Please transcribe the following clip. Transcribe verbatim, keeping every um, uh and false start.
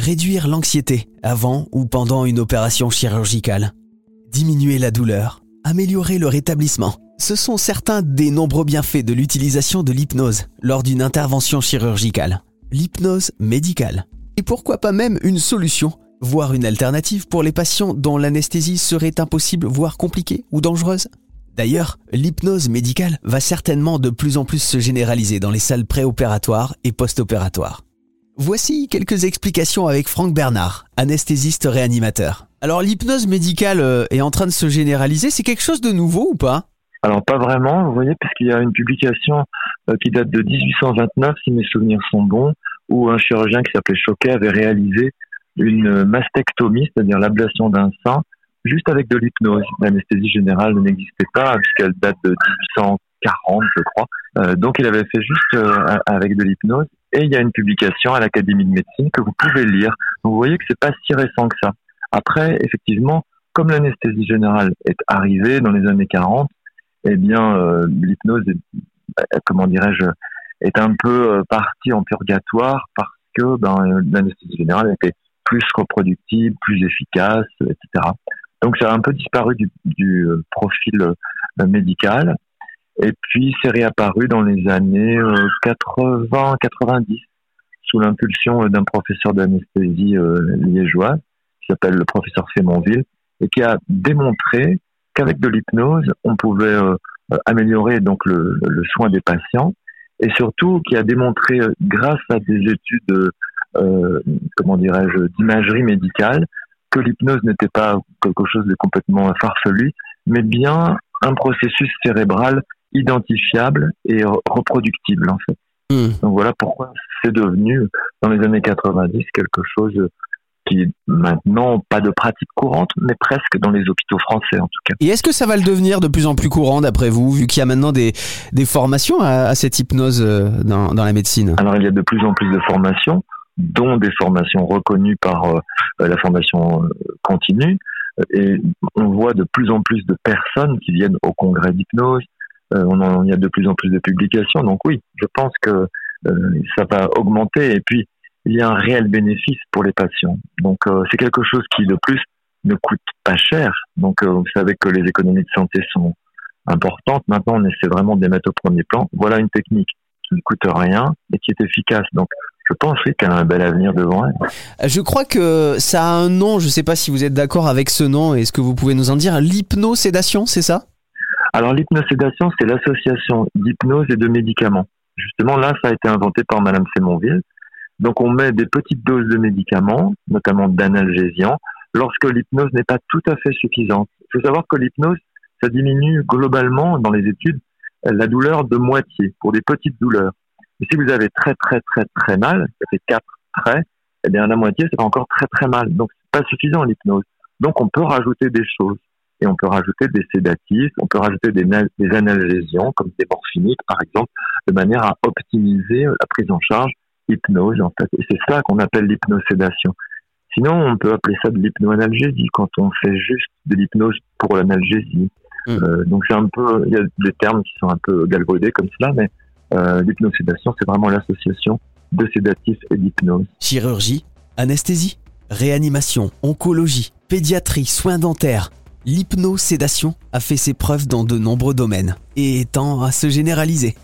réduire l'anxiété avant ou pendant une opération chirurgicale, diminuer la douleur, améliorer le rétablissement. Ce sont certains des nombreux bienfaits de l'utilisation de l'hypnose lors d'une intervention chirurgicale. L'hypnose médicale. Et pourquoi pas même une solution, voire une alternative pour les patients dont l'anesthésie serait impossible, voire compliquée ou dangereuse. D'ailleurs, l'hypnose médicale va certainement de plus en plus se généraliser dans les salles préopératoires et post-opératoires. Voici quelques explications avec Franck Bernard, anesthésiste réanimateur. Alors l'hypnose médicale est en train de se généraliser, c'est quelque chose de nouveau ou pas ? Alors pas vraiment, vous voyez, puisqu'il y a une publication euh, qui date de dix-huit cent vingt-neuf, si mes souvenirs sont bons, où un chirurgien qui s'appelait Choquet avait réalisé une mastectomie, c'est-à-dire l'ablation d'un sein, juste avec de l'hypnose. L'anesthésie générale n'existait pas, puisqu'elle date de dix-huit cent quarante, je crois. Euh, donc il avait fait juste euh, avec de l'hypnose. Et il y a une publication à l'Académie de médecine que vous pouvez lire. Donc vous voyez que c'est pas si récent que ça. Après, effectivement, comme l'anesthésie générale est arrivée dans les années quarante, eh bien, euh, l'hypnose, est, comment dirais-je, est un peu euh, partie en purgatoire parce que ben, l'anesthésie générale était plus reproductive, plus efficace, et cetera. Donc, ça a un peu disparu du, du euh, profil euh, médical. Et puis, c'est réapparu dans les années euh, quatre-vingts quatre-vingt-dix sous l'impulsion d'un professeur d'anesthésie euh, liégeois qui s'appelle le professeur Fémonville et qui a démontré qu'avec de l'hypnose, on pouvait euh, améliorer donc le, le soin des patients et surtout qui a démontré, euh, grâce à des études, euh, comment dirais-je, d'imagerie médicale, que l'hypnose n'était pas quelque chose de complètement farfelu, mais bien un processus cérébral identifiable et reproductible en fait. Mmh. Donc voilà pourquoi c'est devenu dans les années quatre-vingt-dix quelque chose qui est maintenant pas de pratique courante, mais presque dans les hôpitaux français en tout cas. Et est-ce que ça va le devenir de plus en plus courant d'après vous, vu qu'il y a maintenant des, des formations à, à cette hypnose dans, dans la médecine ? Alors il y a de plus en plus de formations, dont des formations reconnues par euh, la formation continue, et on voit de plus en plus de personnes qui viennent au congrès d'hypnose, euh, on en, il y a de plus en plus de publications, donc oui, je pense que euh, ça va augmenter, et puis il y a un réel bénéfice pour les patients. Donc euh, c'est quelque chose qui de plus ne coûte pas cher. Donc euh, vous savez que les économies de santé sont importantes. Maintenant on essaie vraiment de les mettre au premier plan. Voilà une technique qui ne coûte rien et qui est efficace. Donc je pense oui, qu'elle a un bel avenir devant elle. Je crois que ça a un nom, je ne sais pas si vous êtes d'accord avec ce nom, est-ce que vous pouvez nous en dire ? L'hypnosédation, c'est ça ? Alors l'hypnosédation, c'est l'association d'hypnose et de médicaments. Justement là, ça a été inventé par Madame Fémonville. Donc on met des petites doses de médicaments, notamment d'analgésiants, lorsque l'hypnose n'est pas tout à fait suffisante. Il faut savoir que l'hypnose, ça diminue globalement dans les études la douleur de moitié, pour des petites douleurs. Et si vous avez très très très très mal, ça fait quatre traits, eh bien la moitié, ça fait encore très très mal. Donc c'est pas suffisant l'hypnose. Donc on peut rajouter des choses. Et on peut rajouter des sédatifs, on peut rajouter des, des analgésiants, comme des morphiniques par exemple, de manière à optimiser la prise en charge hypnose en fait, et c'est ça qu'on appelle l'hypnosédation. Sinon, on peut appeler ça de l'hypnoanalgésie quand on fait juste de l'hypnose pour l'analgésie. Mmh. Euh, donc c'est un peu, il y a des termes qui sont un peu galvaudés comme cela, mais euh, l'hypnosédation, c'est vraiment l'association de sédatifs et d'hypnose. Chirurgie, anesthésie, réanimation, oncologie, pédiatrie, soins dentaires. L'hypnosédation a fait ses preuves dans de nombreux domaines et tend à se généraliser.